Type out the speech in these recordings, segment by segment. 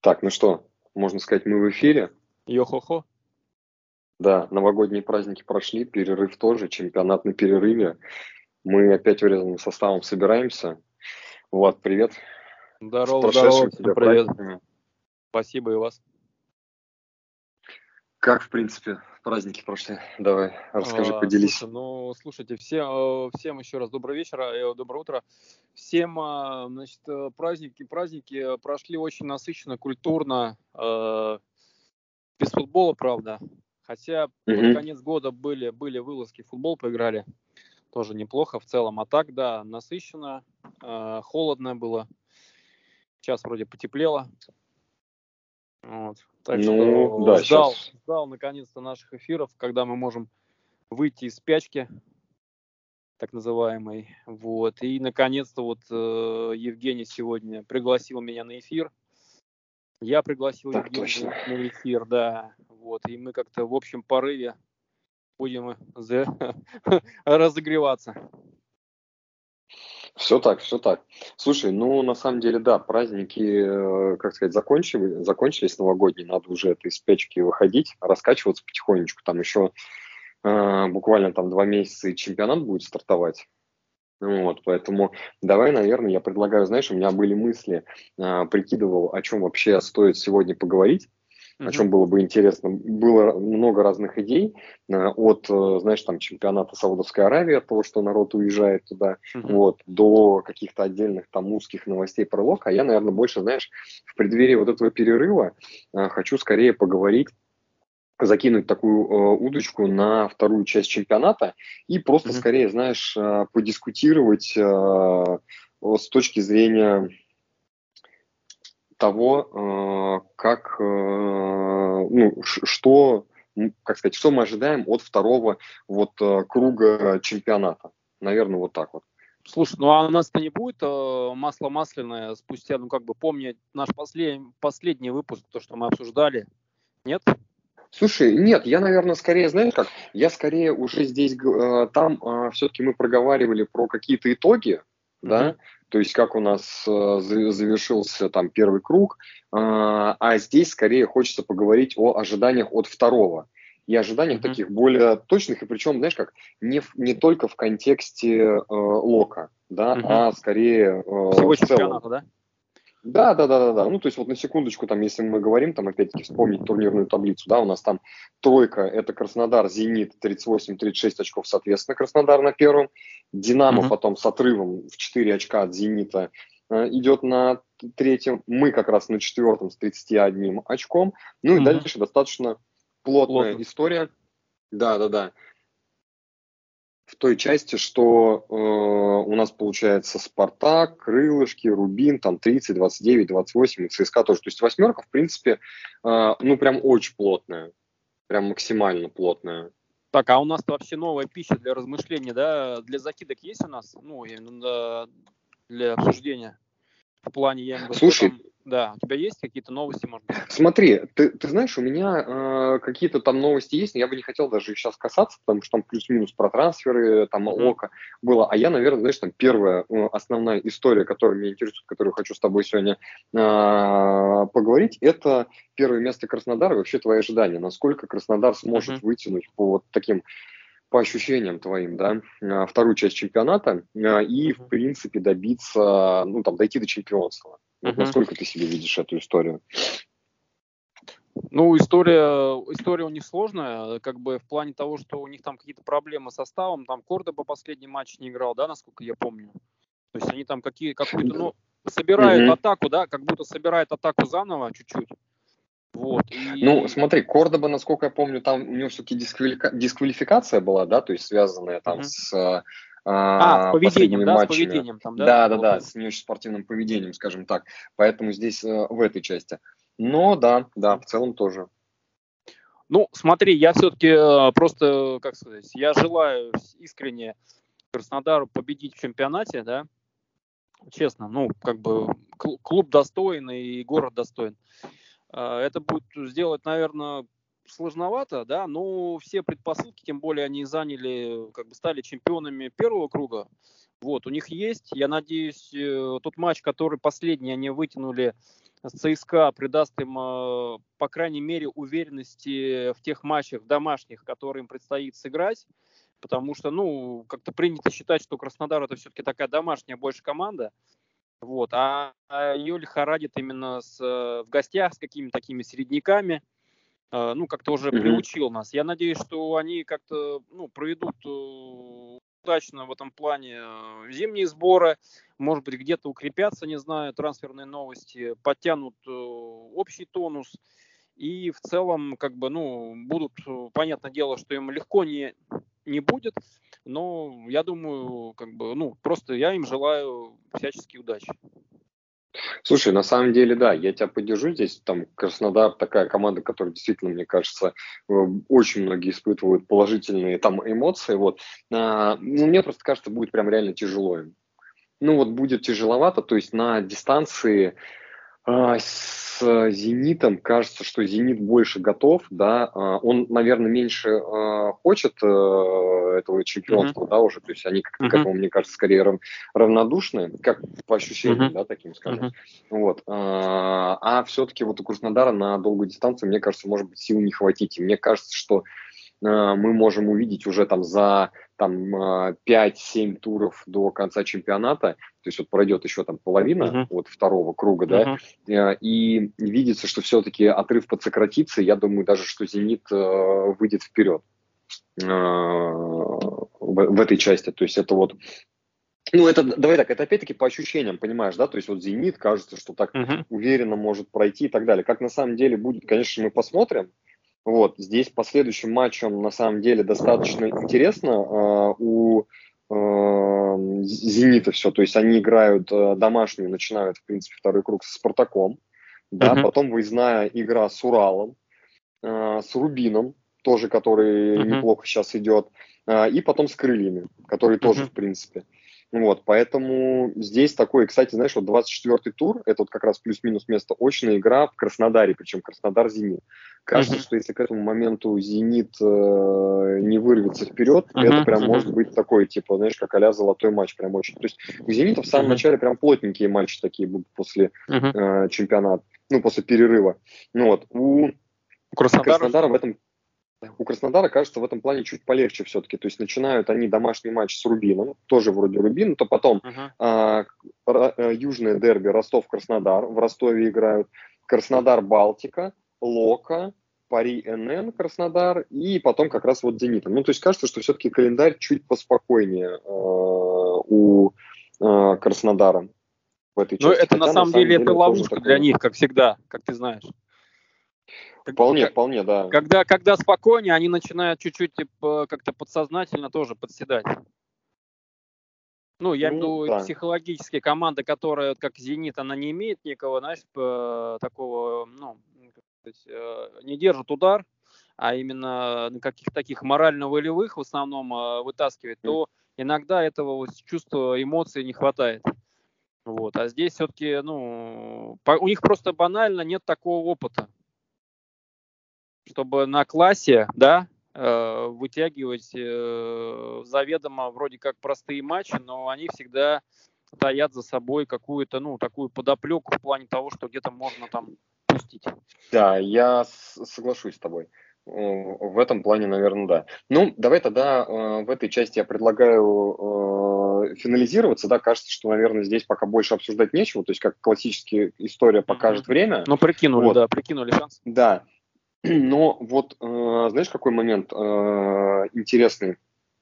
Так, ну что, можно сказать, мы в эфире. Йо-хо-хо. Да, новогодние праздники прошли, перерыв тоже, чемпионат на перерыве. Мы опять урезанным составом собираемся. Влад, привет. С Здорово, здорово, прошедшими всем тебя привет. праздниками. Спасибо и вас. Как, в принципе, праздники прошли? Давай, расскажи, поделись. Слушай, слушайте, всем еще раз доброе вечер, доброе утро. Всем, значит, праздники прошли очень насыщенно, культурно, без футбола, правда. Хотя под Мгм. конец года были вылазки, в футбол поиграли, тоже неплохо в целом. А так, да, насыщенно, холодно было. Сейчас вроде потеплело. Вот. Так Ну, что да, ждал сейчас наконец-то наших эфиров, когда мы можем выйти из спячки, так называемой. Вот. И наконец-то Евгений сегодня пригласил меня на эфир. Я пригласил так точно. Евгения на эфир, да. Вот. И мы как-то в общем порыве будем разогреваться. Все так, все так. Слушай, ну, на самом деле, да, праздники, как сказать, закончились новогодние, надо уже этой спячки выходить, раскачиваться потихонечку. Там еще буквально там 2 месяца и чемпионат будет стартовать. Вот, поэтому давай, наверное, я предлагаю, знаешь, у меня были мысли, прикидывал, о чем вообще стоит сегодня поговорить, о Мгм. чем было бы интересно. Было много разных идей, от, знаешь, там, чемпионата Саудовской Аравии, от того, что народ уезжает туда, Мгм. вот, до каких-то отдельных там узких новостей про Лока. А я, наверное, больше, знаешь, в преддверии вот этого перерыва хочу скорее поговорить, закинуть такую удочку на вторую часть чемпионата и просто Мгм. скорее, знаешь, подискутировать с точки зрения того, как, ну, что, как сказать, что мы ожидаем от второго вот круга чемпионата. Наверное, вот так вот. Слушай, ну а у нас-то не будет масло масляное спустя, помню наш последний выпуск, то, что мы обсуждали, нет? Слушай, нет, я, наверное, скорее, знаешь как, я скорее уже здесь, там все-таки мы проговаривали про какие-то итоги, Мгм. да, то есть как у нас завершился там первый круг, а здесь скорее хочется поговорить о ожиданиях от второго и ожиданиях Мгм. таких более точных, и причем, знаешь как, не только в контексте Лока, да, Мгм. а скорее Всего в целом. чемпионата, да? Да, да, да, да, да. Ну, то есть вот на секундочку, там, если мы говорим, там, опять-таки, вспомнить турнирную таблицу, да, у нас там тройка, это Краснодар, Зенит, 38-36 очков, соответственно, Краснодар на первом, Динамо Мгм. потом с отрывом в 4 очка от Зенита идет на третьем, мы как раз на четвертом с 31 очком, ну и Мгм. дальше достаточно плотная Плотно. история, да, да, да, в той части, что у нас получается Спартак, Крылышки, Рубин, там 30, 29, 28, и ЦСКА тоже. То есть восьмерка, в принципе, ну прям очень плотная, прям максимально плотная. Так, а у нас-то вообще новая пища для размышлений, да? Для закидок есть у нас? Ну, именно для обсуждения. В плане, я имею в виду, что Слушай, там... Да, у тебя есть какие-то новости, может быть? смотри, ты знаешь, у меня какие-то там новости есть, но я бы не хотел даже их сейчас касаться, потому что там плюс-минус про трансферы, там Мгм. Лока было. А я, наверное, знаешь, там первая основная история, которая меня интересует, которую хочу с тобой сегодня поговорить, это первое место Краснодара и вообще твои ожидания. Насколько Краснодар сможет Мгм. вытянуть по вот таким, по ощущениям твоим, да, вторую часть чемпионата и, в Мгм. принципе, добиться, ну, там, дойти до чемпионства. Вот Мгм. насколько ты себе видишь эту историю? Ну, история у них сложная, как бы в плане того, что у них там какие-то проблемы с составом, там Кордоба последний матч не играл, да, насколько я помню. То есть они там какую-то, ну, собирают Мгм. атаку, да, как будто собирают атаку заново чуть-чуть. Вот, Ну, и... смотри, Кордоба, насколько я помню, там у него все-таки дисквалификация была, да, то есть связанная там Мгм. с С последними поведением, да, с матчами. поведением там, да, Да, да, да, получается. с не очень спортивным поведением, скажем так. Поэтому здесь в этой части. Но да, да, в целом тоже. Ну, смотри, я все-таки просто, как сказать, я желаю искренне Краснодару победить в чемпионате, да, честно, ну, как бы клуб достоин и город достоин. Это будет сделать, наверное, сложновато, да, но все предпосылки, тем более они заняли, как бы стали чемпионами первого круга. Вот, у них есть, я надеюсь, тот матч, который последний они вытянули с ЦСКА придаст им, по крайней мере, уверенности в тех матчах домашних, которые им предстоит сыграть. Потому что, ну, как-то принято считать, что Краснодар это все-таки такая домашняя больше команда. Вот, ее лихорадит именно в гостях с какими-то такими середняками. Ну, как-то уже приучил нас. Я надеюсь, что они как-то, ну, проведут удачно в этом плане зимние сборы, может быть, где-то укрепятся, не знаю, трансферные новости, подтянут общий тонус и в целом, как бы, ну, будут, понятное дело, что им легко не будет, но я думаю, как бы, ну, просто я им желаю всячески удачи. Слушай, на самом деле, да, я тебя поддержу здесь. Там Краснодар такая команда, которая действительно, мне кажется, очень многие испытывают положительные там эмоции. Вот. Ну, мне просто кажется, будет прям реально тяжело им. Ну, вот будет тяжеловато, то есть на дистанции с «Зенитом» кажется, что «Зенит» больше готов, да, он, наверное, меньше хочет этого чемпионства, да, уже, то есть они как-то к этому, мне кажется, скорее равнодушны, как по ощущениям, да, таким скажем, вот, а все-таки вот у Краснодара на долгую дистанцию, мне кажется, может быть, сил не хватить, и мне кажется, что мы можем увидеть уже там за 5-7 туров до конца чемпионата, то есть вот пройдет еще там половина вот второго круга, да, и видится, что все-таки отрыв подсократится, я думаю даже, что «Зенит» выйдет вперед в этой части, то есть это вот, ну, это, давай так, это опять-таки по ощущениям, понимаешь, да, то есть вот «Зенит» кажется, что так уверенно может пройти и так далее. Как на самом деле будет, конечно, мы посмотрим. Вот, здесь по следующим матчам на самом деле достаточно интересно у «Зенита» все, то есть они играют домашнюю, начинают, в принципе, второй круг со «Спартаком», да, потом выездная игра с «Уралом», с «Рубином», тоже, который неплохо сейчас идет, и потом с «Крыльями», который тоже, в принципе. Вот, поэтому здесь такой, кстати, знаешь, вот 24-й тур, это вот как раз плюс-минус место очная игра в Краснодаре, причем Краснодар-Зенит. Кажется, что если к этому моменту «Зенит» не вырвется вперед, это прям может быть такой, типа, знаешь, как а-ля золотой матч, прям очень. То есть у «Зенита» в самом начале прям плотненькие матчи такие будут после чемпионата, ну, после перерыва. Ну вот, у Краснодара в этом... У Краснодара, кажется, в этом плане чуть полегче все-таки. То есть начинают они домашний матч с Рубином, тоже вроде Рубин, то потом южное дерби Ростов-Краснодар, в Ростове играют Краснодар-Балтика, Лока, Пари-НН Краснодар и потом как раз вот Зенитом. Ну, то есть кажется, что все-таки календарь чуть поспокойнее у Краснодара в этой части. Ну, это на самом деле это ловушка для них, как всегда, как ты знаешь. Вполне, да. Когда спокойнее, они начинают чуть-чуть как-то подсознательно тоже подседать. Ну, я имею в виду психологически команда, которая, как «Зенит», она не имеет никакого, знаешь, такого, ну, не держит удар, а именно на каких-то таких морально-волевых в основном вытаскивает, то иногда этого вот чувства, эмоций не хватает. Вот. А здесь все-таки, ну, у них просто банально нет такого опыта, чтобы на классе, да, вытягивать заведомо вроде как простые матчи, но они всегда таят за собой какую-то, ну, такую подоплеку в плане того, что где-то можно там пустить. Да, я соглашусь с тобой. В этом плане, наверное, да. Ну, давай тогда в этой части я предлагаю финализироваться. Да, кажется, что, наверное, здесь пока больше обсуждать нечего. То есть, как классическая история покажет время. Ну, прикинули, вот. Да, прикинули шанс. Да. Но вот, знаешь, какой момент интересный?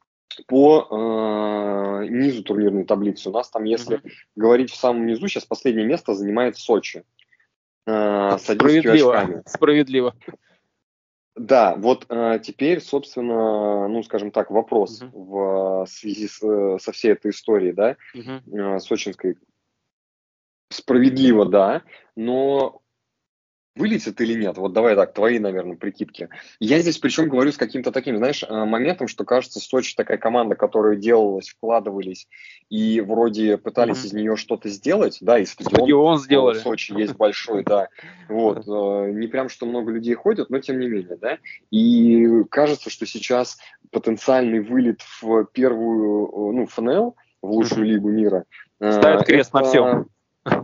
По низу турнирной таблицы. У нас там, если говорить в самом низу, сейчас последнее место занимает Сочи. С 11 очками. Справедливо. Да, вот теперь, собственно, ну, скажем так, вопрос в связи со всей этой историей, да, сочинской. Справедливо, да, но вылетит или нет? Вот давай так, твои, наверное, прикидки. Я здесь причем говорю с каким-то таким, знаешь, моментом, что кажется, Сочи такая команда, которая делалась, вкладывались и вроде пытались из нее что-то сделать, да, и стадион сделали. В Сочи есть большой, да, вот, не прям, что много людей ходят, но тем не менее, да, и кажется, что сейчас потенциальный вылет в первую, ну, ФНЛ, в лучшую лигу мира. Ставит крест на всем.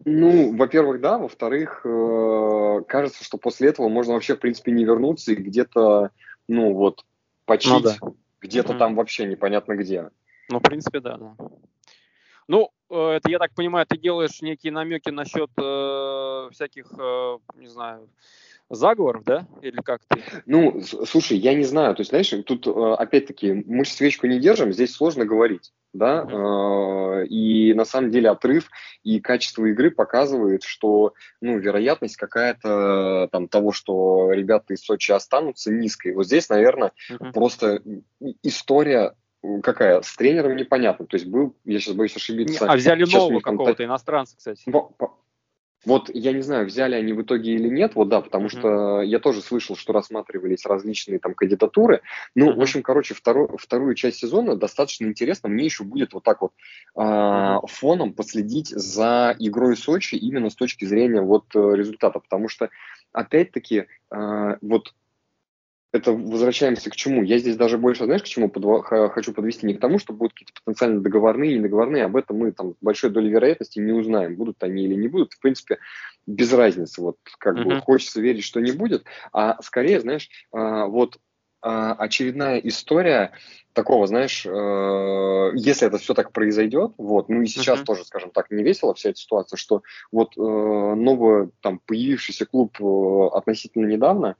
Ну, во-первых, да, во-вторых, кажется, что после этого можно вообще, в принципе, не вернуться и где-то, ну, вот, Ну да. почить, где-то Мгм. там вообще непонятно где. Ну, в принципе, да, да. Ну, это, я так понимаю, ты делаешь некие намеки насчет всяких, не знаю, заговоров, да? Или как ты? Ну, слушай, я не знаю, то есть, знаешь, тут, опять-таки, мы же свечку не держим, здесь сложно говорить, да, Мгм. и на самом деле отрыв и качество игры показывает, что, ну, вероятность какая-то там того, что ребята из Сочи останутся, низкой. Вот здесь, наверное, Мгм. просто история какая, с тренером непонятно, то есть был, я сейчас боюсь ошибиться, А взяли сейчас у нового них там какого-то иностранца, кстати. вот я не знаю, взяли они в итоге или нет, вот да, потому Мгм. что я тоже слышал, что рассматривались различные там кандидатуры. Ну, в Мгм. общем, короче, вторую часть сезона достаточно интересно. Мне еще будет вот так вот Мгм. фоном последить за игрой Сочи именно с точки зрения вот результата, потому что, опять-таки, вот это возвращаемся к чему? Я здесь даже больше, знаешь, к чему хочу подвести? Не к тому, что будут какие-то потенциально договорные и недоговорные, об этом мы там с большой долей вероятности не узнаем, будут они или не будут. В принципе, без разницы. Вот как бы Мгм. хочется верить, что не будет, а скорее, знаешь, вот очередная история такого, знаешь, если это все так произойдет, вот, ну и сейчас Мгм. тоже, скажем так, не весело вся эта ситуация, что вот новый там появившийся клуб относительно недавно,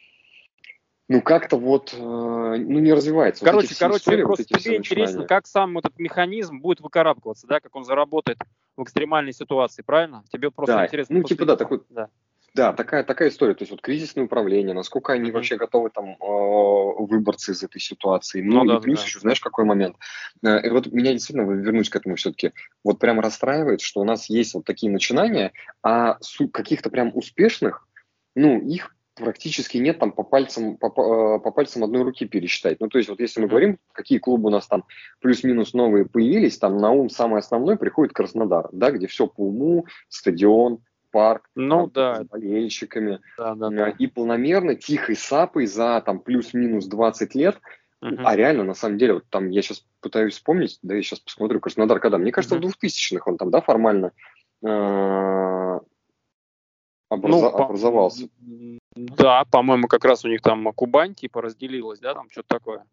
ну, как-то вот, ну, не развивается. Вот эти Короче, все истории, вот просто эти все тебе интересно, начинания. как сам этот механизм будет выкарабкиваться, да, как он заработает в экстремальной ситуации, правильно? Тебе просто Да, интересно ну, типа, да, последить. такой, Да. да, такая история. То есть вот кризисное управление, насколько они Мгм. вообще готовы там выбраться из этой ситуации. Ну Ну, и да, да, плюс да. еще, знаешь, какой момент. И вот меня действительно, вернусь к этому все-таки, вот прям расстраивает, что у нас есть вот такие начинания, а каких-то прям успешных, ну, их практически нет там по пальцам одной руки пересчитать. Ну, то есть вот если мы Мгм. говорим, какие клубы у нас там плюс-минус новые появились, там на ум самый основной приходит Краснодар, да, где все по уму, стадион, парк, Ну там с да, болельщиками, да, да, да. и планомерно, тихой сапой за там плюс-минус 20 лет, Мгм. а реально, на самом деле, вот там я сейчас пытаюсь вспомнить, да, я сейчас посмотрю, Краснодар когда, мне кажется, в Мгм. 2000-х он там, да, формально э, Ну, образовался. да, по-моему, как раз у них там Кубань типа разделилась, да, там что-то такое.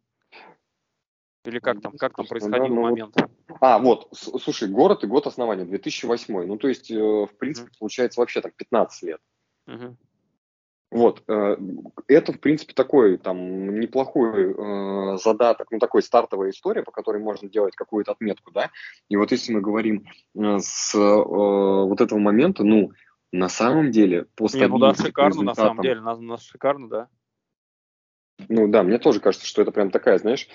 Или как там Краснодар, происходил ну вот. момент? Вот, слушай, город и год основания, 2008. Ну, то есть, в Мгм. принципе, получается вообще там 15 лет. Мгм. Вот, это, в принципе, такой там неплохой задаток, ну, такой стартовая история, по которой можно делать какую-то отметку, да. И вот если мы говорим с вот этого момента, ну, на самом деле, по Не, ну да, стабильности, по шикарно на самом результатам, деле, нас шикарно, да. ну да, мне тоже кажется, что это прям такая, знаешь,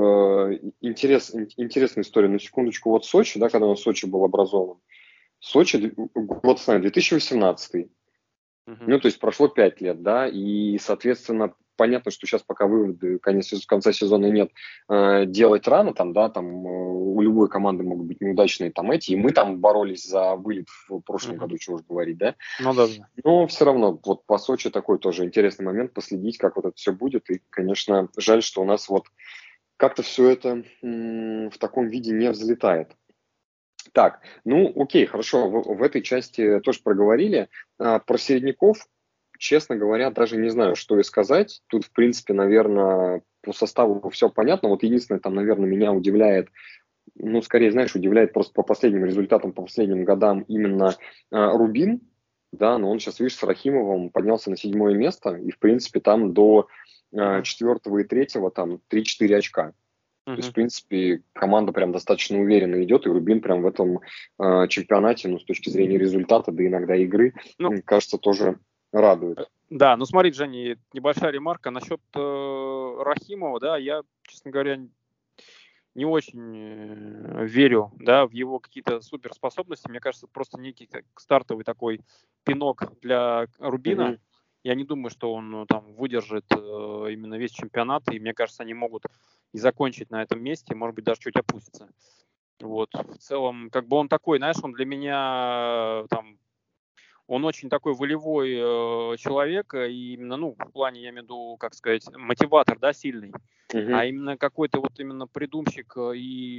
интересная история. На секундочку, вот Сочи, да, когда у нас Сочи был образован, Сочи, год, знаю, 2018. Мгм. Ну, то есть прошло 5 лет, да, и, соответственно, понятно, что сейчас пока выводы конца сезона нет, делать рано, там, да, там у любой команды могут быть неудачные там эти, и мы там боролись за вылет в прошлом Мгм. году, чего уж говорить, да, Ну да, да. но все равно вот по Сочи такой тоже интересный момент последить, как вот это все будет, и, конечно, жаль, что у нас вот как-то все это в таком виде не взлетает. Так, ну окей, хорошо, в этой части тоже проговорили. Про середняков, честно говоря, даже не знаю, что и сказать. Тут, в принципе, наверное, по составу все понятно. Вот единственное, там, наверное, меня удивляет, ну, скорее, знаешь, удивляет просто по последним результатам, по последним годам именно Рубин, да, но он сейчас, видишь, с Рахимовым поднялся на 7-е место, и, в принципе, там до Мгм. 4-го и 3-го там 3-4 очка. То есть, в Мгм. принципе, команда прям достаточно уверенно идет, и Рубин прям в этом чемпионате, ну, с точки зрения результата, да иногда игры, Ну, кажется, тоже радует. да, ну смотри, Женя, небольшая ремарка насчет Рахимова, да, я, честно говоря, не очень верю, да, в его какие-то суперспособности. Мне кажется, просто некий как стартовый такой пинок для Рубина. Мгм. Я не думаю, что он там выдержит именно весь чемпионат, и мне кажется, они могут и закончить на этом месте, может быть, даже чуть опуститься. Вот, в целом, как бы он такой, знаешь, он для меня там он очень такой волевой человек, и именно, ну, в плане, я имею в виду, как сказать, мотиватор, да, сильный. А Мгм. именно какой-то вот именно придумщик и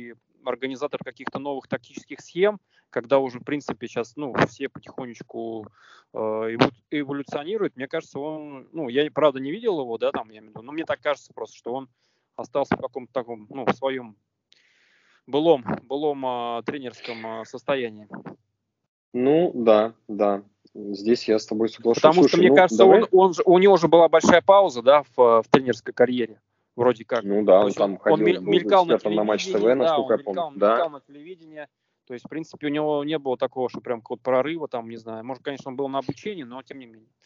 организатор каких-то новых тактических схем, когда уже, в принципе, сейчас, ну, все потихонечку эволюционируют. Мне кажется, он, ну, я, правда, не видел его, да, там, я имею в виду, но мне так кажется просто, что он остался в каком-то таком, ну, в своем былом тренерском состоянии. Ну, да. Здесь я с тобой соглашусь. Потому что, Слушай, мне ну, кажется, давай. у него же была большая пауза, да, в тренерской карьере, вроде как. Ну да, То он есть там он ходил, был мелькал на экспертом на Матч ТВ, телевидении, да, насколько он я помню. Да. мелькал на телевидении. То есть, в принципе, у него не было такого, что прям какого-то прорыва, там, не знаю. Может, конечно, он был на обучении, но тем не менее.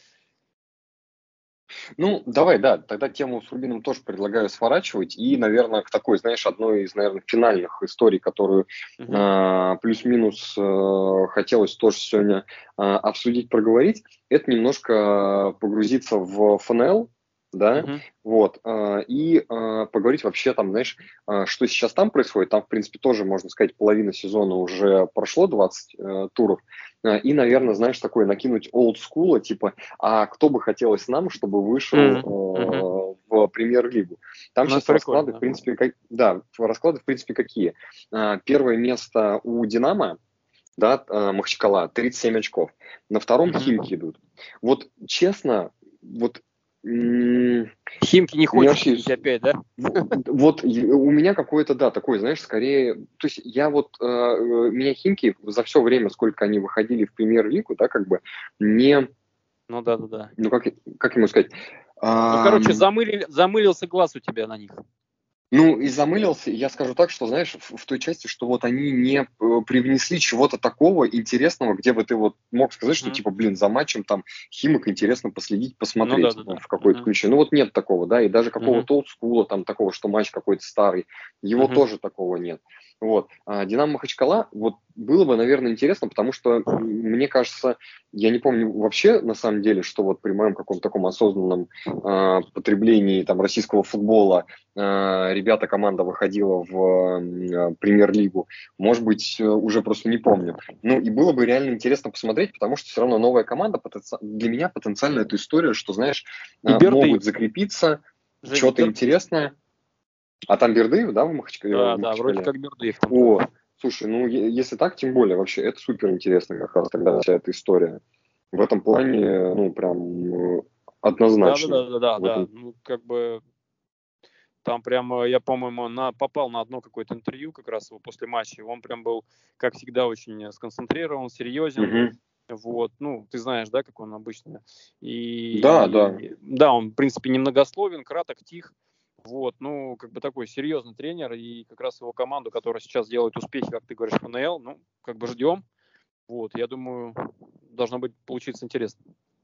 Ну, давай, да, тогда тему с Рубином тоже предлагаю сворачивать. И, наверное, к такой, знаешь, одной из, наверное, финальных историй, которую плюс-минус хотелось тоже сегодня обсудить, проговорить, это немножко погрузиться в ФНЛ, да, вот, и поговорить вообще там, знаешь, что сейчас там происходит. Там, в принципе, тоже, можно сказать, половина сезона уже прошло, 20 туров. И, наверное, знаешь, такое накинуть олдскула, типа, а кто бы хотелось нам, чтобы вышел в премьер-лигу. Там Ну, это сейчас прикольно, расклады, да. в принципе, расклады, в принципе, какие? Первое место у «Динамо», да, Махачкала, 37 очков. На втором Химки идут. Вот, честно, вот... Химки не Мне хочет вообще, видеть опять, да? вот у меня какое-то, да, такое, знаешь, скорее, то есть я вот, меня Химки за все время, сколько они выходили в премьер-лигу, да, как бы не, Ну, да. ну, как ему сказать, Ну, короче, замылился глаз у тебя на них. ну, и замылился, я скажу так, что, знаешь, в той части, что вот они не привнесли чего-то такого интересного, где бы ты вот мог сказать, что, типа, блин, за матчем там Химок интересно последить, Ну, посмотреть да. в какой-то ключе. Ну, вот нет такого, да, и даже какого-то олдскула, там, такого, что матч какой-то старый, его тоже такого нет. Вот. А «Динамо» Махачкала, вот, было бы, наверное, интересно, потому что, мне кажется, я не помню вообще, на самом деле, что вот при моем каком-то таком осознанном потреблении там российского футбола ребята, команда выходила в премьер-лигу, может быть, уже просто не помню. Ну, и было бы реально интересно посмотреть, потому что все равно новая команда, для меня потенциально эту историю, что, знаешь, могут закрепиться, что-то интересное. А там Бердыев, да, в Махачкале? Да, вроде как Бердыев там. О, слушай, ну, если так, тем более, вообще, это супер интересно как раз тогда вся эта история. В этом плане, ну, прям однозначно. Да. Ну, как бы там прямо, я, по-моему, попал на одно какое-то интервью как раз его после матча. Он прям был, как всегда, очень сконцентрирован, серьезен. Вот, ну, ты знаешь, да, как он обычно. Да, он, в принципе, немногословен, краток, тих. Вот, ну, как бы такой серьезный тренер. И как раз его команду, которая сейчас делает успехи, как ты говоришь, в ФНЛ, ну, как бы ждем. Вот, я думаю, должно быть получиться интересно.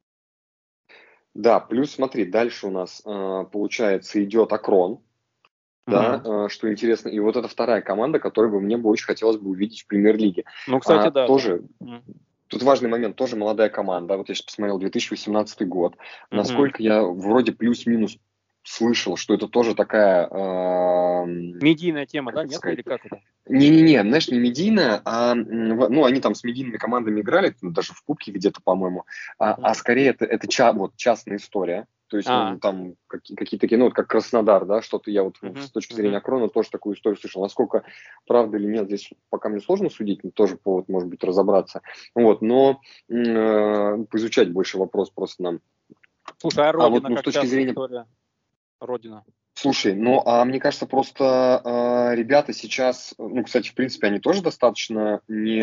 Да, плюс смотри, дальше у нас, получается, идет Акрон, да, что интересно. И вот это вторая команда, которую мне бы очень хотелось бы увидеть в премьер-лиге. Ну, кстати, да. Тоже, тут важный момент, тоже молодая команда. Вот я сейчас посмотрел, 2018 год. Насколько я вроде плюс-минус слышал, что это тоже такая... медийная тема, да, нет? Или как это? Не-не-не, знаешь, не медийная, ну, они там с медийными командами играли, даже в Кубке где-то, по-моему, а скорее это частная история. То есть, ну, там какие-то такие, ну, вот как Краснодар, да, что-то я вот с точки зрения Акрона тоже такую историю слышал. Насколько правда или нет, здесь пока мне сложно судить, но тоже повод, может быть, разобраться. Вот, но поизучать больше вопрос просто нам. Слушай, а Родина, вот, как частная история? Родина. Слушай, ну, мне кажется, просто ребята сейчас, ну, кстати, в принципе, они тоже достаточно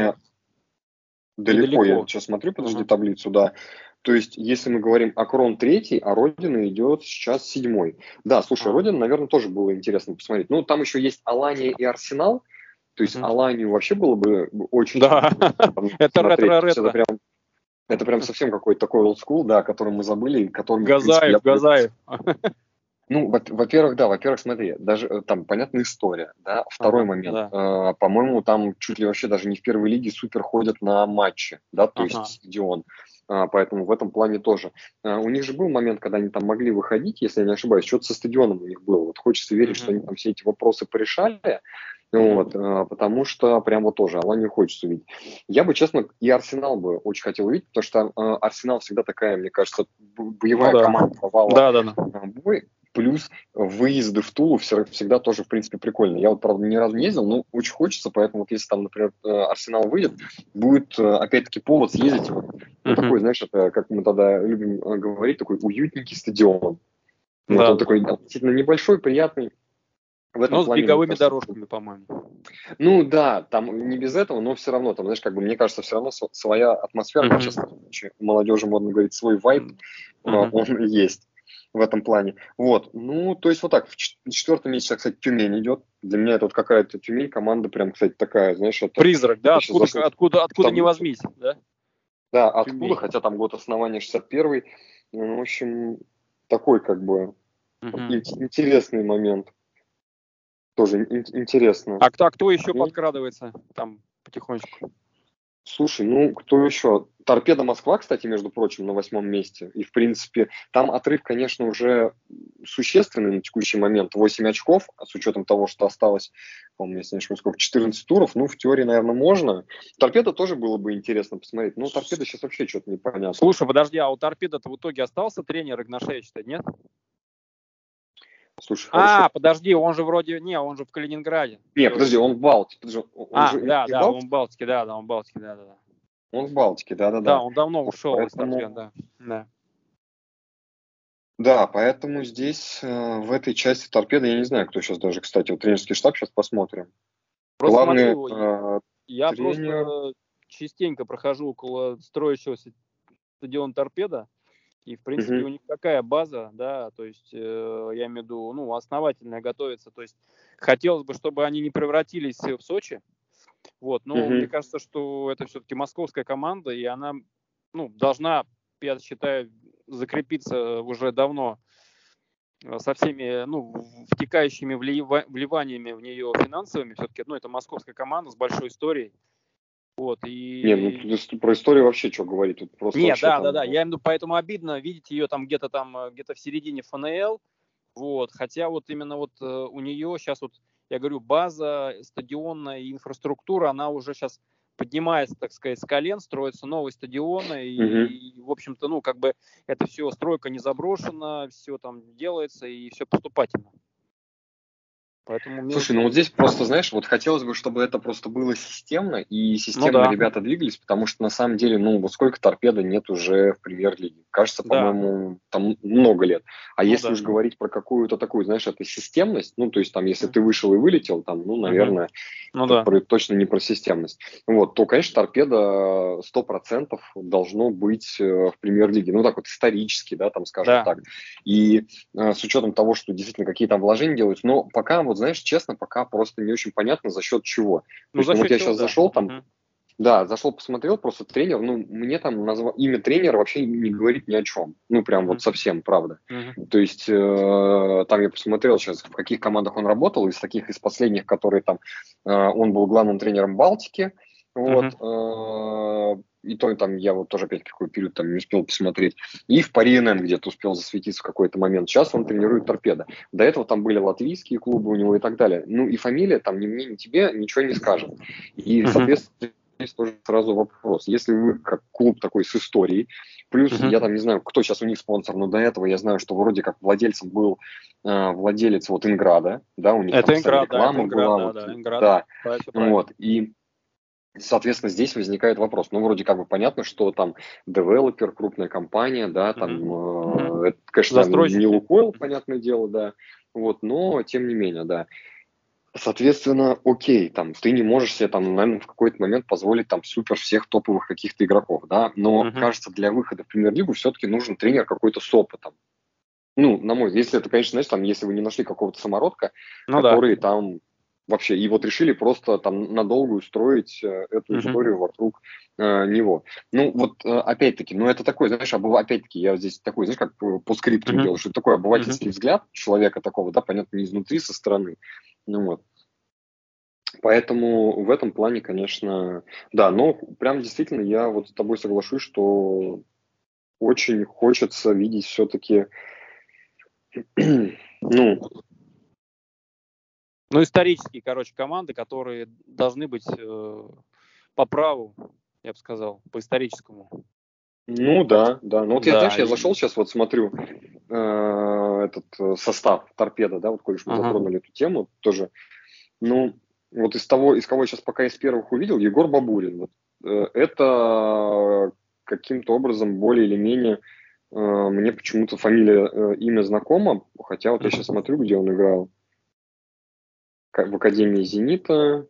недалеко. Я сейчас смотрю, подожди, таблицу, да. То есть, если мы говорим Акрон 3, а Родина идет сейчас 7. Да, слушай, Родина, наверное, тоже было интересно посмотреть. Ну, там еще есть Алания и Арсенал. То есть, Аланию вообще было бы очень это ретро-ретро. Это прям совсем какой-то такой олдскул, да, о котором мы забыли, которым, Газаев. Ну, во-первых, да, смотри, даже там понятная история, да. Второй момент, по-моему, там чуть ли вообще даже не в первой лиге супер ходят на матчи, да, то есть стадион. Поэтому в этом плане тоже. У них же был момент, когда они там могли выходить, если я не ошибаюсь, что-то со стадионом у них было. Вот хочется верить, что они там все эти вопросы порешали, вот, потому что прям вот тоже Аланию хочется увидеть. Я бы, честно, и Арсенал бы очень хотел увидеть, потому что Арсенал всегда такая, мне кажется, боевая команда, давала бой. Плюс выезды в Тулу всегда тоже, в принципе, прикольно. Я вот, правда, ни разу не ездил, но очень хочется, поэтому вот если там, например, Арсенал выйдет, будет, опять-таки, повод съездить вот на такой, знаешь, это, как мы тогда любим говорить, такой уютненький стадион. Вот Да, он такой относительно небольшой, приятный. В этом но с плане, мне беговыми кажется, дорожками, по-моему. ну да, там не без этого, но все равно, там, знаешь, как бы, мне кажется, все равно своя атмосфера, как сейчас молодежи модно говорить, свой вайб, он есть в этом плане. Вот, ну, то есть вот так, в четвертом месяце сейчас, кстати, Тюмень идет. Для меня это вот какая-то Тюмень, команда прям, кстати, такая, знаешь, это... Призрак, да, откуда не таблицу. возьмись, да? Да, откуда, Тюмень. хотя там год основания 61-й, в общем, такой как бы интересный момент. Тоже интересно. А кто еще подкрадывается там потихонечку? Слушай, ну, кто еще? Торпедо Москва, кстати, между прочим, на 8 месте. И, в принципе, там отрыв, конечно, уже существенный на текущий момент. 8 очков, с учетом того, что осталось, по-моему, если не ошибаюсь, сколько, 14 туров. Ну, в теории, наверное, можно. Торпедо тоже было бы интересно посмотреть. Ну, Торпедо сейчас вообще что-то непонятно. Слушай, подожди, а у Торпедо-то в итоге остался тренер Игнашевич-то, нет? Слушай, хорошо. Подожди, он же вроде... Не, он же в Калининграде. Не, подожди, он в Балтике. Да, он в Балтике, да. Он в Балтике, да. Да, он давно ушел из Поэтому... Торпедо, да. Да, поэтому здесь, в этой части Торпедо, я не знаю, кто сейчас даже, кстати, вот тренерский штаб, сейчас посмотрим. Просто Главный я тренер... просто частенько прохожу около строящегося стадиона Торпедо, и, в принципе, у них такая база, да, то есть, я имею в виду, ну, основательная готовится, то есть, хотелось бы, чтобы они не превратились в Сочи, вот, но мне кажется, что это все-таки московская команда, и она, ну, должна, я считаю, закрепиться уже давно со всеми, ну, втекающими вливаниями в нее финансовыми, все-таки, ну, это московская команда с большой историей. Вот, и... Не, ну про историю вообще что говорить? Тут просто Нет, вообще да, там... я имею в виду, поэтому обидно видеть ее где-то в середине ФНЛ, вот, хотя вот именно вот у нее сейчас вот, я говорю, база стадионная и инфраструктура, она уже сейчас поднимается, так сказать, с колен, строятся новые стадионы, и, в общем-то, ну, как бы это все, стройка не заброшена, все там делается, и все поступательно. Поэтому Слушай, ну вот здесь просто, знаешь, вот хотелось бы, чтобы это просто было системно, и системно ребята двигались, потому что на самом деле, ну, вот сколько Торпедо нет уже в премьер-лиге. Кажется, по-моему, там много лет. А если уж говорить про какую-то такую, знаешь, это системность, ну, то есть там, если ты вышел и вылетел, там, ну, наверное, точно не про системность. Вот, то, конечно, Торпедо 100% должно быть в премьер-лиге. Ну, так вот, исторически, да, там, скажем так. И с учетом того, что действительно какие там вложения делаются, но пока, вот, знаешь, честно, пока просто не очень понятно, за счет чего. То есть, вот я сейчас зашел там, зашел, посмотрел, просто тренер, ну, мне там имя тренера вообще не говорит ни о чем. Ну, прям вот совсем, правда. То есть, там я посмотрел сейчас, в каких командах он работал, из последних, которые там, он был главным тренером Балтики, вот, и то там я вот тоже опять какой период там не успел посмотреть. И в Пари НН где-то успел засветиться в какой-то момент. Сейчас он тренирует Торпедо. До этого там были латвийские клубы у него и так далее. Ну и фамилия там ни мне, ни тебе ничего не скажет. И, соответственно, здесь тоже сразу вопрос. Если вы как клуб такой с историей, плюс я там не знаю, кто сейчас у них спонсор, но до этого я знаю, что вроде как владельцем был владелец вот Инграда, да, у них это там Инград, реклама была. Инград, вот, и соответственно, здесь возникает вопрос. Ну, вроде как бы понятно, что там девелопер, крупная компания, да, там, это, конечно, не Лукойл, понятное дело, да, вот, но тем не менее, да. Соответственно, окей, там, ты не можешь себе там, наверное, в какой-то момент позволить там супер всех топовых каких-то игроков, да, но, кажется, для выхода в премьер-лигу все-таки нужен тренер какой-то с опытом. Ну, на мой взгляд, если это, конечно, знаешь, там, если вы не нашли какого-то самородка, который там вообще, и вот решили просто там надолго устроить эту историю вокруг него. Ну, вот опять-таки, ну, это такой, знаешь, опять-таки, я здесь такой, знаешь, как по скрипту делаю, что это такой обывательский взгляд человека такого, да, понятно, не изнутри, со стороны. Ну, вот. Поэтому в этом плане, конечно, да, но прям действительно я вот с тобой соглашусь, что очень хочется видеть все-таки, ну, исторические, короче, команды, которые должны быть по праву, я бы сказал, по историческому. Ну да. Ну вот я, знаешь, я зашел сейчас, вот смотрю, состав торпеда, да, вот коль уж мы затронули эту тему, тоже, ну, вот из кого я сейчас пока из первых увидел, Егор Бабурин. Вот, это каким-то образом более или менее мне почему-то фамилия, имя знакомо, хотя вот я сейчас смотрю, где он играл. В Академии «Зенита».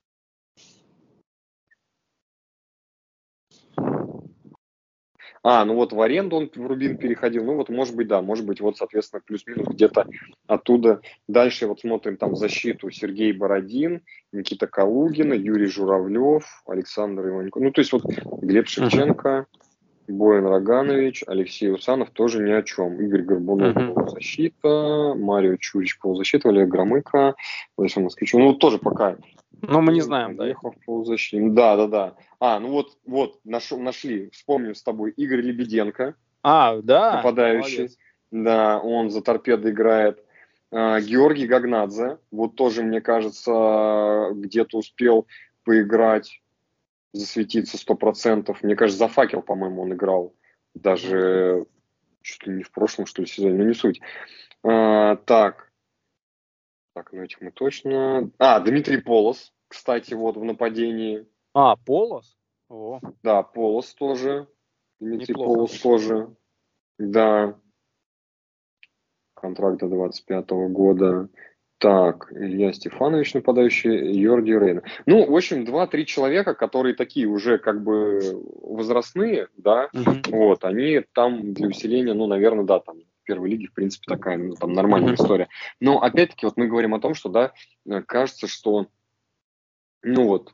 Ну вот в аренду он в Рубин переходил. Ну вот, может быть, да, может быть, вот, соответственно, плюс-минус где-то оттуда. Дальше вот смотрим там защиту: Сергей Бородин, Никита Калугин, Юрий Журавлев, Александр Иванько. Ну, то есть вот Глеб Шевченко, Боян Роганович, Алексей Усанов тоже ни о чем. Игорь Горбунов, полузащита, Марио Чурич, полузащита, Олег Громыко, Владимир Москвич. Ну, вот тоже пока. Ну, мы не знаем, да. Полузащита. Да. Ну вот, нашли, вспомним с тобой, Игорь Лебеденко. Да? Нападающий. Молодец. Да, он за торпедо играет. Георгий Гагнадзе, вот тоже, мне кажется, где-то успел поиграть, засветиться 100%. Мне кажется, за «Факел», по-моему, он играл. Даже чуть ли не в прошлом, что ли, сезоне, но не суть. Так, ну этих мы точно... Дмитрий Полос, кстати, вот в нападении. Полос? О. Да, Полос тоже. Дмитрий Неплохо. Полос тоже. Да. Контракт до 25-го года. Так, Илья Стефанович, нападающий, Йорди Рейна. Ну, в общем, 2-3 человека, которые такие уже как бы возрастные, да, вот, они там для усиления, ну, наверное, да, там в первой лиге, в принципе, такая, ну, там нормальная история. Но, опять-таки, вот мы говорим о том, что, да, кажется, что, ну, вот,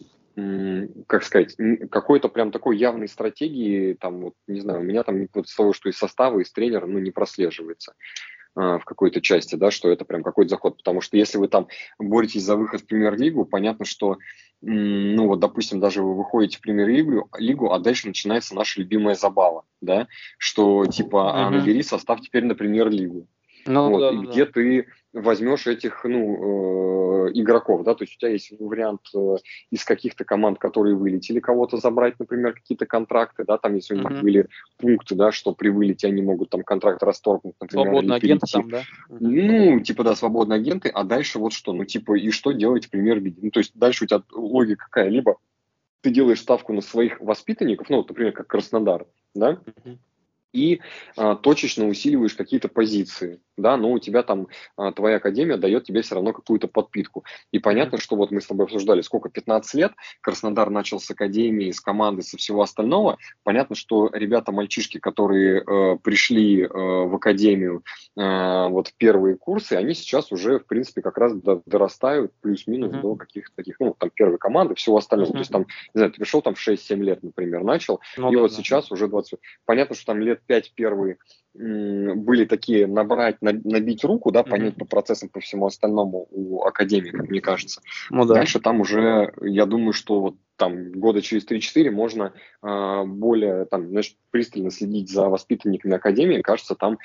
как сказать, какой-то прям такой явной стратегии, там, вот, не знаю, у меня там вот с того, что из состава, из тренера, ну, не прослеживается в какой-то части, да, что это прям какой-то заход, потому что если вы там боретесь за выход в премьер-лигу, понятно, что, ну вот, допустим, даже вы выходите в премьер-лигу, а дальше начинается наша любимая забава, да, что типа, набери состав теперь на премьер-лигу. Ну, вот, да, и где ты возьмешь этих, игроков, да, то есть у тебя есть вариант из каких-то команд, которые вылетели, кого-то забрать, например, какие-то контракты, да, там, если у них были пункты, да, что при вылете они могут там контракт расторгнуть, например, свободные агенты там, да? Ну, типа, да, свободные агенты, а дальше вот что, ну, типа, и что делать в премьер-лиге? Ну, то есть дальше у тебя логика какая, либо ты делаешь ставку на своих воспитанников, ну, вот, например, как Краснодар, да, и точечно усиливаешь какие-то позиции, да, но у тебя там твоя академия дает тебе все равно какую-то подпитку. И понятно, что вот мы с тобой обсуждали, сколько, 15 лет, Краснодар начал с академии, с команды, со всего остального. Понятно, что ребята-мальчишки, которые пришли в академию вот в первые курсы, они сейчас уже, в принципе, как раз дорастают плюс-минус до каких-то таких, ну, там, первой команды, всего остального. То есть там, не знаю, ты пришел там в 6-7 лет, например, начал, и вот сейчас уже 20. Понятно, что там лет 5 первые были такие набить руку, да, понять по процессам, по всему остальному у академии, как мне кажется. Дальше там уже, я думаю, что вот там года через 3-4 можно более, там, знаешь, пристально следить за воспитанниками академии, кажется, там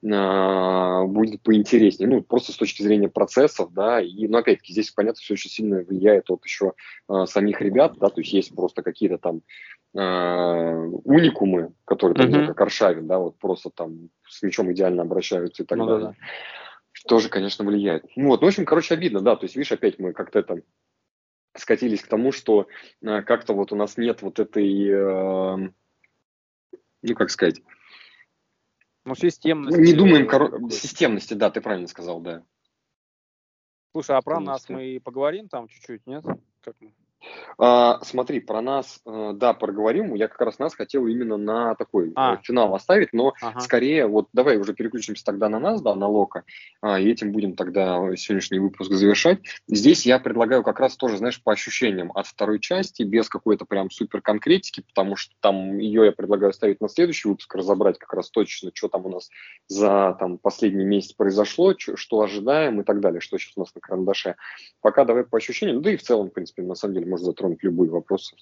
будет поинтереснее, ну, просто с точки зрения процессов, да, и, ну, опять-таки, здесь, понятно, все очень сильно влияет от еще самих ребят, да, то есть есть просто какие-то там уникумы, которые, там, не знаю, как Аршавин, да, вот просто там с мячом идеально обращаются и так далее. Тоже, конечно, влияет. Вот, ну, в общем, короче, обидно, да, то есть, видишь, опять мы как-то это скатились к тому, что как-то вот у нас нет вот этой, ну, как сказать, ну, системности. Не думаем, системности, да, ты правильно сказал, да. Слушай, а про нас мы поговорим там чуть-чуть, нет? Как мы? Смотри, про нас, да, проговорим. Я как раз нас хотел именно на такой финал оставить, но скорее, вот давай уже переключимся тогда на нас, да, на Лока, и этим будем тогда сегодняшний выпуск завершать. Здесь я предлагаю как раз тоже, знаешь, по ощущениям от второй части, без какой-то прям супер конкретики, потому что там ее я предлагаю оставить на следующий выпуск, разобрать как раз точно, что там у нас за там последний месяц произошло, что ожидаем и так далее, что сейчас у нас на карандаше. Пока давай по ощущениям, да и в целом, в принципе, на самом деле, можно затронуть любые вопросы.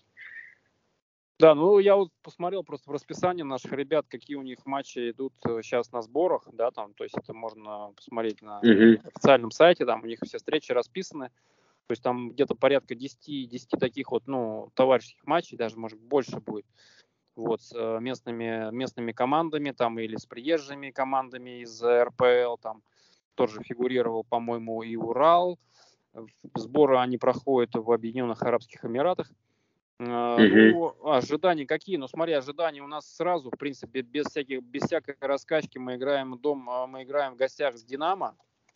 Да, ну я вот посмотрел просто в расписании наших ребят, какие у них матчи идут сейчас на сборах, да, там, то есть это можно посмотреть на официальном сайте, там у них все встречи расписаны, то есть там где-то порядка 10 таких вот, ну, товарищеских матчей, даже, может, больше будет. вот, с местными командами там или с приезжими командами из РПЛ, там тоже фигурировал, по-моему, и Урал. Сборы они проходят в Объединенных Арабских Эмиратах. Ну, ожидания какие? Ну, смотри, ожидания у нас сразу, в принципе, без всякой раскачки мы играем в гостях с Динамо.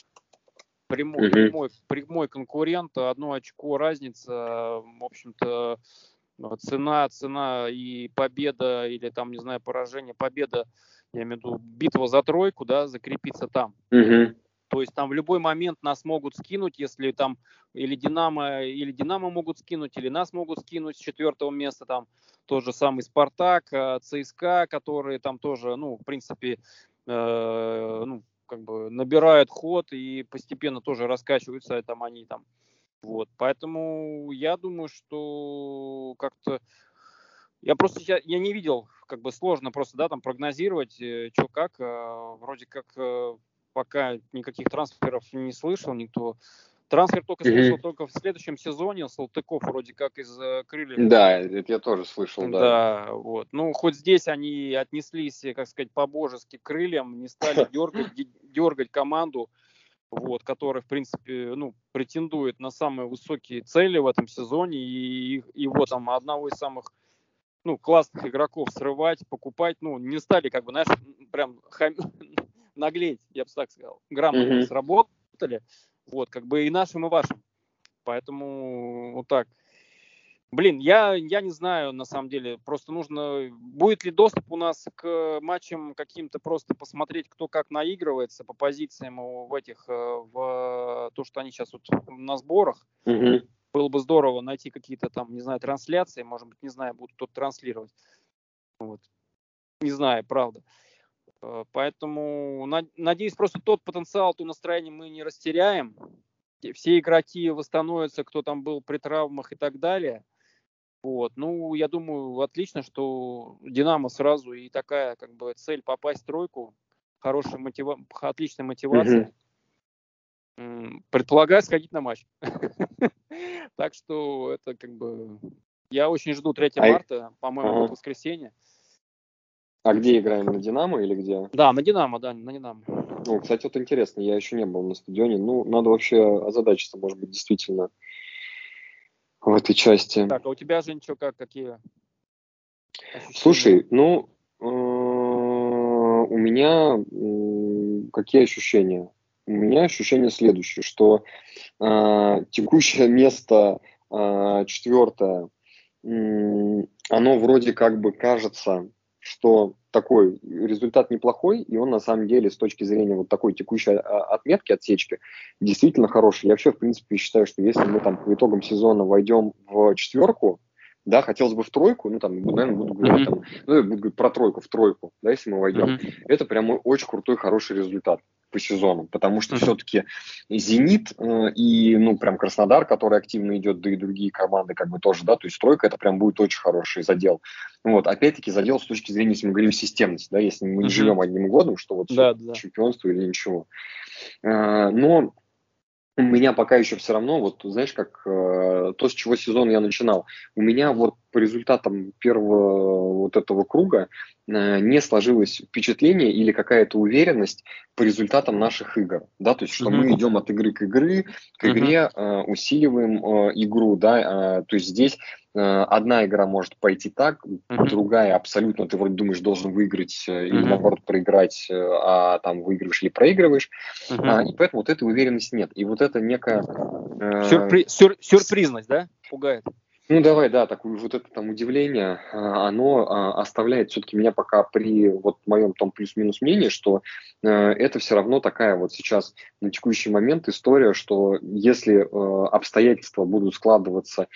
Прямой конкурент, 1 очко разница, в общем-то, цена и победа, или там, не знаю, поражение, победа, я имею в виду битва за тройку, да, закрепиться там. То есть там в любой момент нас могут скинуть, если там или Динамо могут скинуть, или нас могут скинуть с 4-го места, там тот же самый Спартак, ЦСКА, которые там тоже, ну, в принципе, ну, как бы набирают ход и постепенно тоже раскачиваются, там они там. Вот, поэтому я думаю, что как-то я не видел, как бы сложно просто, да, там прогнозировать, что как, вроде как пока никаких трансферов не слышал никто. Трансфер слышал только в следующем сезоне. Салтыков вроде как из Крыльев. Да, это я тоже слышал, да. Да, вот. Ну, хоть здесь они отнеслись, как сказать, по-божески к Крыльям, не стали дергать команду, вот, которая, в принципе, ну, претендует на самые высокие цели в этом сезоне, и его там одного из самых, ну, классных игроков срывать, покупать, ну, не стали, как бы, знаешь, прям наглеть, я бы так сказал, грамотно сработали, вот, как бы и нашим, и вашим, поэтому вот так. Блин, я не знаю, на самом деле, просто нужно, будет ли доступ у нас к матчам каким-то, просто посмотреть, кто как наигрывается по позициям в то, что они сейчас вот на сборах. Было бы здорово найти какие-то там, не знаю, трансляции, может быть, не знаю, будут кто-то транслировать. Вот. Не знаю, правда. Поэтому надеюсь, просто тот потенциал, то настроение мы не растеряем. Все игроки восстановятся, кто там был при травмах и так далее. Вот. Ну, я думаю, отлично, что Динамо сразу и такая, как бы, цель попасть в тройку, отличная мотивация. Предполагаю сходить на матч. Так что это как бы... Я очень жду 3 марта, по-моему, будет воскресенье. А где играем, на Динамо или где? Да, на Динамо, да, на Динамо. Ну, кстати, вот интересно, я еще не был на стадионе. Ну, надо вообще озадачиться, может быть, действительно в этой части. Так, а у тебя, Жень, что, какие ощущения? Слушай, ну, у меня какие ощущения? У меня ощущение следующее, что текущее место 4-е, оно вроде как бы кажется, что такой результат неплохой, и он на самом деле с точки зрения вот такой текущей отметки, отсечки, действительно хороший. Я вообще, в принципе, считаю, что если мы там по итогам сезона войдем в 4-ку, да, хотелось бы в 3-ку, ну, там, наверное, буду говорить, там, ну, я буду говорить про 3-ку, в 3-ку, да, если мы войдем. Это прям очень крутой, хороший результат по сезону, потому что все-таки «Зенит» и, ну, прям Краснодар, который активно идет, да и другие команды, как бы тоже, да, то есть 3-ка это прям будет очень хороший задел. Вот, опять-таки, задел с точки зрения, если мы говорим системность, да, если мы не живем одним годом, что вот чемпионство или ничего. Но у меня пока еще все равно, вот знаешь, как то, с чего сезон я начинал, у меня вот по результатам первого вот этого круга не сложилось впечатление или какая-то уверенность по результатам наших игр, да, то есть что мы идем от игры к игре, усиливаем игру, да, то есть здесь одна игра может пойти так, другая абсолютно, ты вроде думаешь, должен выиграть или наоборот проиграть, а там выигрываешь или проигрываешь, и поэтому вот этой уверенности нет, и вот это некая... Сюрпризность, да, пугает? Ну, давай, да, такое вот это там удивление, оно оставляет все-таки меня пока при вот моем том плюс-минус мнении, что это все равно такая вот сейчас на текущий момент история, что если обстоятельства будут складываться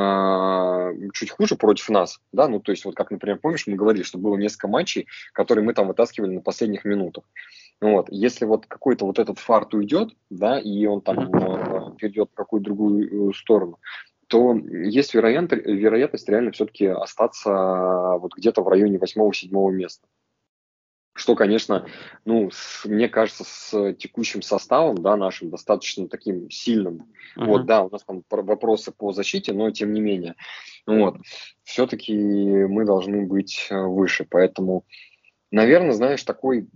чуть хуже против нас, да, ну, то есть вот как, например, помнишь, мы говорили, что было несколько матчей, которые мы там вытаскивали на последних минутах. Вот, если вот какой-то вот этот фарт уйдет, да, и он там перейдет в какую-то другую сторону, то есть вероятность реально все-таки остаться вот где-то в районе 8-7 места. Что, конечно, ну, мне кажется, с текущим составом, да, нашим достаточно таким сильным. Вот, да, у нас там вопросы по защите, но тем не менее. Вот, все-таки мы должны быть выше. Поэтому, наверное, знаешь, такой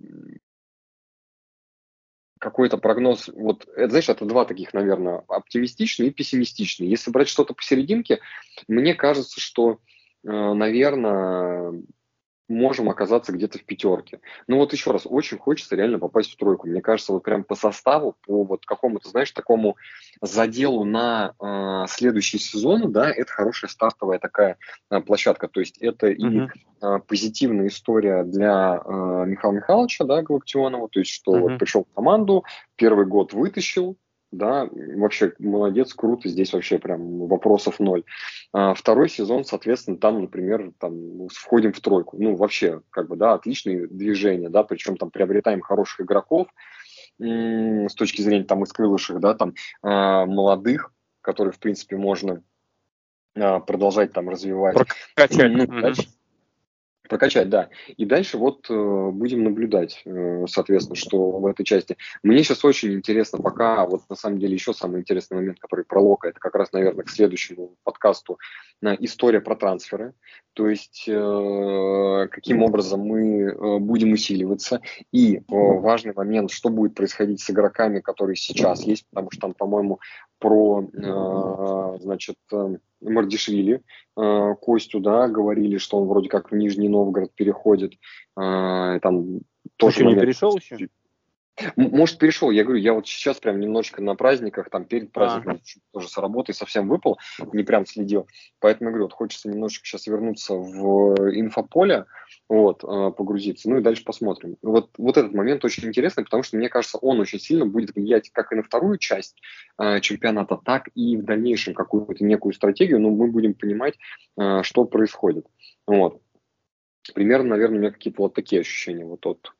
какой-то прогноз, вот, это, знаешь, это два таких, наверное, оптимистичный и пессимистичный. Если брать что-то посерединке, мне кажется, что, наверное, можем оказаться где-то в пятерке. Ну вот еще раз, очень хочется реально попасть в тройку. Мне кажется, вот прям по составу, по вот какому-то, знаешь, такому заделу на следующий сезон, да, это хорошая стартовая такая площадка. То есть это и позитивная история для Михаила Михайловича, да, Галактионова, то есть что вот пришел в команду, первый год вытащил, да, вообще молодец, круто, здесь вообще прям вопросов ноль. Второй сезон, соответственно, там, например, там входим в тройку. Ну, вообще, как бы, да, отличные движения, да, причем там приобретаем хороших игроков с точки зрения там из крылышек, да, там молодых, которые, в принципе, можно продолжать там развивать. Прокачать. Ну, дальше. Прокачать, да. И дальше вот будем наблюдать, соответственно, что в этой части. Мне сейчас очень интересно пока, вот на самом деле еще самый интересный момент, который про Лока, это как раз, наверное, к следующему подкасту, история про трансферы. То есть каким образом мы будем усиливаться. И важный момент, что будет происходить с игроками, которые сейчас есть, потому что там, по-моему, про, значит, Мардишвили, Костю, да, говорили, что он вроде как в Нижний Новгород переходит. Там тоже не перешел еще? Может, перешел. Я говорю, я вот сейчас прям немножечко на праздниках, там перед праздником тоже с работы совсем выпал, не прям следил. Поэтому я говорю, вот хочется немножечко сейчас вернуться в инфополе, вот, погрузиться, ну и дальше посмотрим. Вот этот момент очень интересный, потому что, мне кажется, он очень сильно будет влиять как и на вторую часть чемпионата, так и в дальнейшем какую-то некую стратегию, но мы будем понимать, что происходит. Вот. Примерно, наверное, у меня какие-то вот такие ощущения. Вот тот.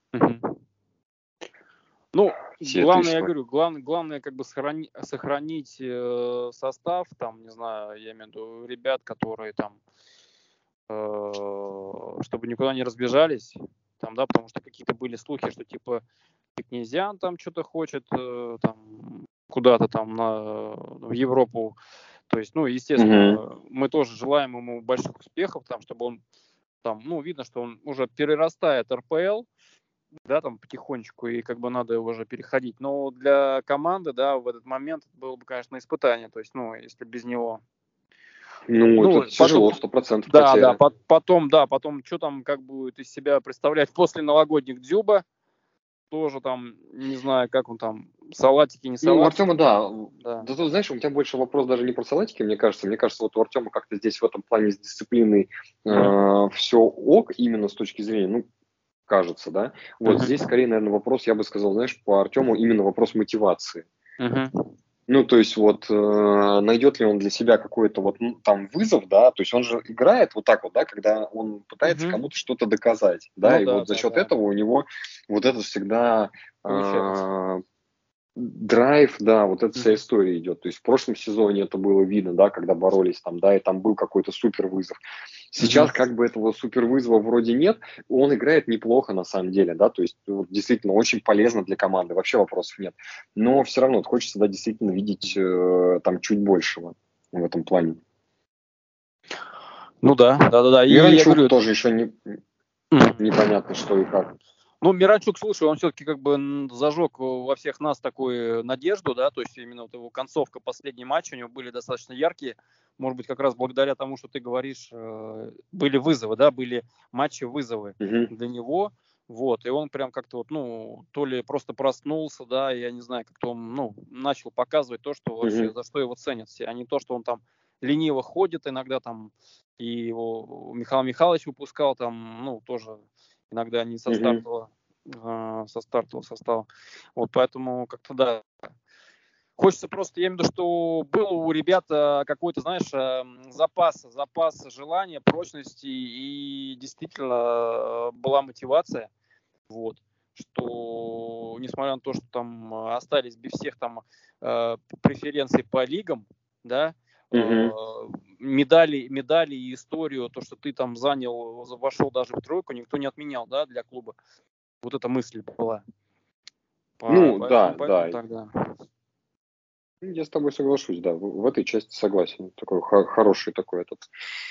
Ну, главное, я говорю, главное как бы сохранить состав, там, не знаю, я имею в виду ребят, которые там, чтобы никуда не разбежались, там, да, потому что какие-то были слухи, что типа Князян там что-то хочет, там, куда-то там в Европу. То есть, ну, естественно, мы тоже желаем ему больших успехов, там, чтобы он там, ну, видно, что он уже перерастает РПЛ, да, там потихонечку, и как бы надо его уже переходить. Но для команды, да, в этот момент было бы, конечно, испытание. То есть, ну, если без него. Ну, это тяжело, 100% да, потеря. Потом, что там как будет из себя представлять после новогодних Дзюба, тоже там, не знаю, как он там, салатики, не салатики. Ну, у Артема, да. Да, ты знаешь, у меня больше вопрос даже не про салатики, мне кажется. Мне кажется, вот у Артема как-то здесь в этом плане с дисциплиной все ок, именно с точки зрения, ну, кажется, да. Вот здесь скорее, наверное, вопрос, я бы сказал, знаешь, по Артему именно вопрос мотивации. Ну, то есть вот найдет ли он для себя какой-то вот там вызов, да, то есть он же играет вот так вот, да, когда он пытается кому-то что-то доказать, да, и вот за счет этого у него вот это всегда драйв, да, вот эта вся история идет. То есть в прошлом сезоне это было видно, да, когда боролись там, да, и там был какой-то супер вызов. Сейчас как бы этого супер вызова вроде нет, он играет неплохо на самом деле, да, то есть вот, действительно очень полезно для команды, вообще вопросов нет. Но все равно вот, хочется, да, действительно видеть там чуть большего в этом плане. Ну да. Миранчук тоже еще непонятно, что и как. Ну, Миранчук, слушай, он все-таки как бы зажег во всех нас такую надежду, да, то есть именно вот его концовка, последний матч у него были достаточно яркие, может быть, как раз благодаря тому, что ты говоришь, были вызовы, да, были матчи-вызовы для него, вот, и он прям как-то вот, ну, то ли просто проснулся, да, я не знаю, как-то он, ну, начал показывать то, что вообще, за что его ценят все, а не то, что он там лениво ходит иногда там, и его Михаил Михайлович выпускал там, ну, тоже иногда не со стартового, со стартового состава. Вот поэтому как-то да. Хочется просто, я имею в виду, что был у ребят какой-то, знаешь, запас желания, прочности, и действительно была мотивация. Вот. Что, несмотря на то, что там остались без всех там преференций по лигам, да, Мгм. медали и историю, то, что ты там вошел даже в тройку, никто не отменял, да, для клуба. Вот эта мысль была. Ну, да, Поэтому да. тогда. Я с тобой соглашусь, да, в этой части согласен. Такой хороший такой этот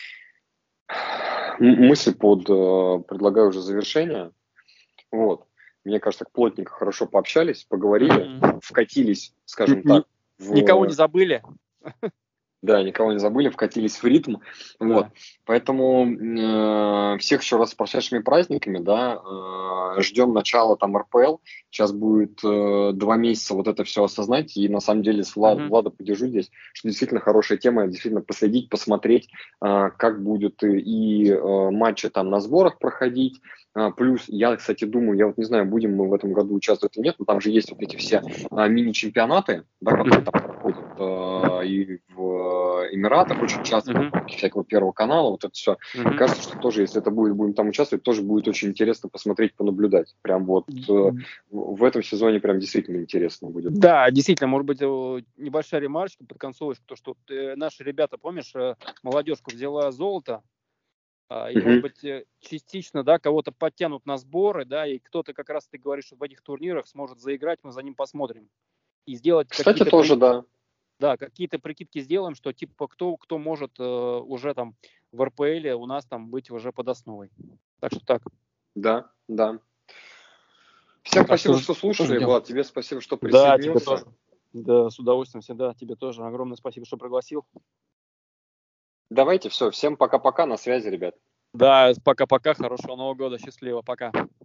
мысль предлагаю уже завершение. Вот. Мне кажется, плотненько хорошо пообщались, поговорили, Мгм. вкатились, скажем Ни- так, Никого не забыли? да, никого не забыли, вкатились в ритм. Вот. Да. Поэтому всех еще раз с прошедшими праздниками, да, ждем начала там РПЛ. Сейчас будет 2 месяца вот это все осознать. И на самом деле с Мгм. Влада поддержу здесь, что действительно хорошая тема, действительно последить, посмотреть, как будет и матчи там на сборах проходить. Плюс я, кстати, думаю, я вот не знаю, будем мы в этом году участвовать или нет, но там же есть вот эти все мини-чемпионаты, да, которые там проходят и в Эмиратах очень часто, там, Мгм. Кубки всякого Первого канала, вот это все. Мгм. Кажется, что тоже, если это будем там участвовать, тоже будет очень интересно посмотреть, понаблюдать. Прям вот в этом сезоне прям действительно интересно будет. Да, действительно, может быть, небольшая ремарочка под концовочку, то, что наши ребята, помнишь, молодежка взяла золото, и, может Мгм. быть, частично, да, кого-то подтянут на сборы, да, и кто-то, как раз ты говоришь, что в этих турнирах сможет заиграть, мы за ним посмотрим. И сделать Кстати, тоже, да. какие-то прикидки сделаем, что типа кто может уже там в РПЛ у нас там быть уже под основой. Так что так. Да, да. Всем Так спасибо, что что слушали. ждем. Влад, тебе спасибо, что Да, тебе присоединился. тоже. Да, с удовольствием всегда. Тебе тоже огромное спасибо, что пригласил. Давайте, все. Всем пока-пока. На связи, ребят. Да, пока-пока. Хорошего Нового года. Счастливо. Пока.